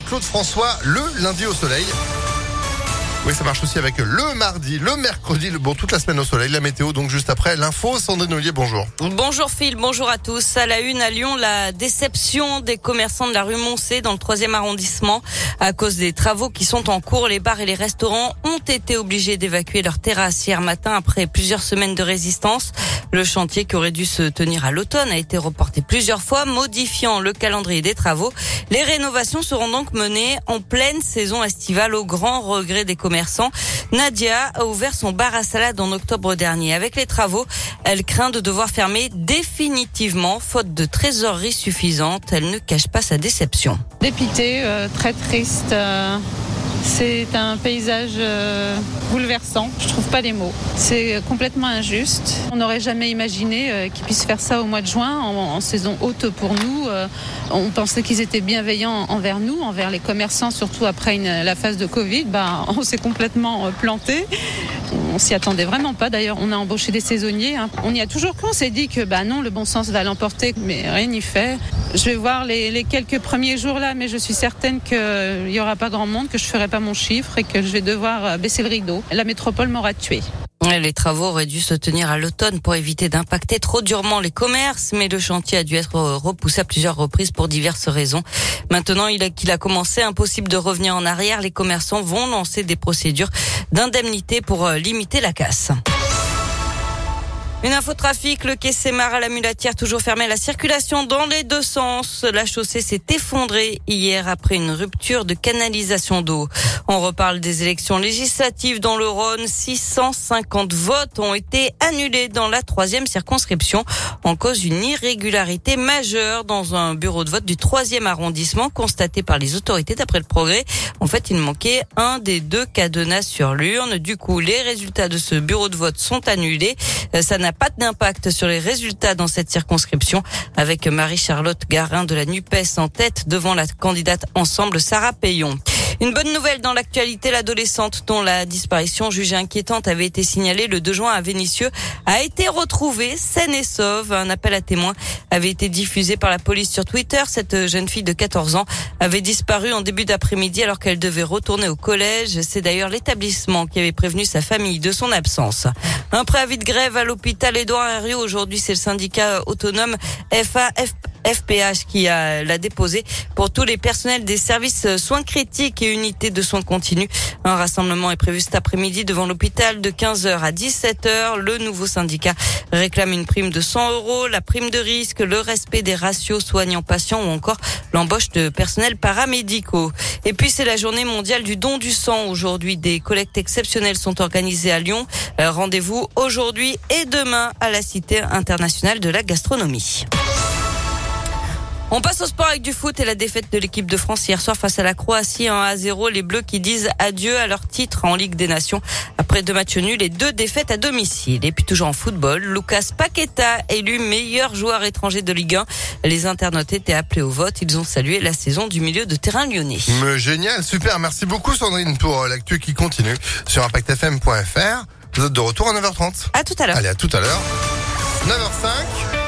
Claude François, le lundi au soleil. Oui, ça marche aussi avec le mardi, le mercredi, toute la semaine au soleil, la météo, donc juste après l'info. Sandrine Ollier, bonjour. Bonjour Phil, bonjour à tous. À la une à Lyon, la déception des commerçants de la rue Moncey dans le 3e arrondissement. À cause des travaux qui sont en cours, les bars et les restaurants ont été obligés d'évacuer leurs terrasses hier matin après plusieurs semaines de résistance. Le chantier qui aurait dû se tenir à l'automne a été reporté plusieurs fois, modifiant le calendrier des travaux. Les rénovations seront donc menées en pleine saison estivale au grand regret des commerçants. Nadia a ouvert son bar à salade en octobre dernier. Avec les travaux, elle craint de devoir fermer définitivement, faute de trésorerie suffisante. Elle ne cache pas sa déception. Dépité, très triste. C'est un paysage bouleversant. Je trouve pas les mots. C'est complètement injuste. On n'aurait jamais imaginé qu'ils puissent faire ça au mois de juin, en saison haute pour nous. On pensait qu'ils étaient bienveillants envers nous, envers les commerçants, surtout après la phase de Covid. On s'est complètement planté. On s'y attendait vraiment pas. D'ailleurs, on a embauché des saisonniers. On y a toujours cru. On s'est dit que non, le bon sens va l'emporter, mais rien n'y fait. Je vais voir les quelques premiers jours là, mais je suis certaine qu'il n'y aura pas grand monde, que je ferai pas mon chiffre et que je vais devoir baisser le rideau. La métropole m'aura tuée. Les travaux auraient dû se tenir à l'automne pour éviter d'impacter trop durement les commerces, mais le chantier a dû être repoussé à plusieurs reprises pour diverses raisons. Maintenant qu'il a commencé, impossible de revenir en arrière. Les commerçants vont lancer des procédures d'indemnité pour limiter la casse. Une info trafic, le quai Sémar à la Mulatière toujours fermé, la circulation dans les deux sens. La chaussée s'est effondrée hier après une rupture de canalisation d'eau. On reparle des élections législatives dans le Rhône. 650 votes ont été annulés dans la 3e circonscription en cause d'une irrégularité majeure dans un bureau de vote du 3e arrondissement constaté par les autorités d'après le Progrès. En fait, il manquait un des 2 cadenas sur l'urne. Du coup, les résultats de ce bureau de vote sont annulés. Ça n'a pas d'impact sur les résultats dans cette circonscription, avec Marie-Charlotte Garin de la NUPES en tête devant la candidate Ensemble Sarah Payon. Une bonne nouvelle dans l'actualité, l'adolescente dont la disparition jugée inquiétante avait été signalée le 2 juin à Vénissieux a été retrouvée saine et sauve. Un appel à témoins avait été diffusé par la police sur Twitter. Cette jeune fille de 14 ans avait disparu en début d'après-midi alors qu'elle devait retourner au collège. C'est d'ailleurs l'établissement qui avait prévenu sa famille de son absence. Un préavis de grève à l'hôpital Édouard Herriot. Aujourd'hui, c'est le syndicat autonome FPH qui l'a déposé pour tous les personnels des services soins critiques et unités de soins continus. Un rassemblement est prévu cet après-midi devant l'hôpital de 15h à 17h. Le nouveau syndicat réclame une prime de 100 €, la prime de risque, le respect des ratios soignants-patients ou encore l'embauche de personnels paramédicaux. Et puis c'est la journée mondiale du don du sang. Aujourd'hui, des collectes exceptionnelles sont organisées à Lyon. Rendez-vous aujourd'hui et demain à la Cité internationale de la gastronomie. On passe au sport avec du foot et la défaite de l'équipe de France hier soir face à la Croatie 1-0. Les Bleus qui disent adieu à leur titre en Ligue des Nations après 2 matchs nuls et 2 défaites à domicile. Et puis toujours en football, Lucas Paqueta élu meilleur joueur étranger de Ligue 1. Les internautes étaient appelés au vote. Ils ont salué la saison du milieu de terrain lyonnais. Génial, super. Merci beaucoup Sandrine pour l'actu qui continue sur impactfm.fr. Vous êtes de retour à 9h30. À tout à l'heure. Allez, à tout à l'heure. 9h05.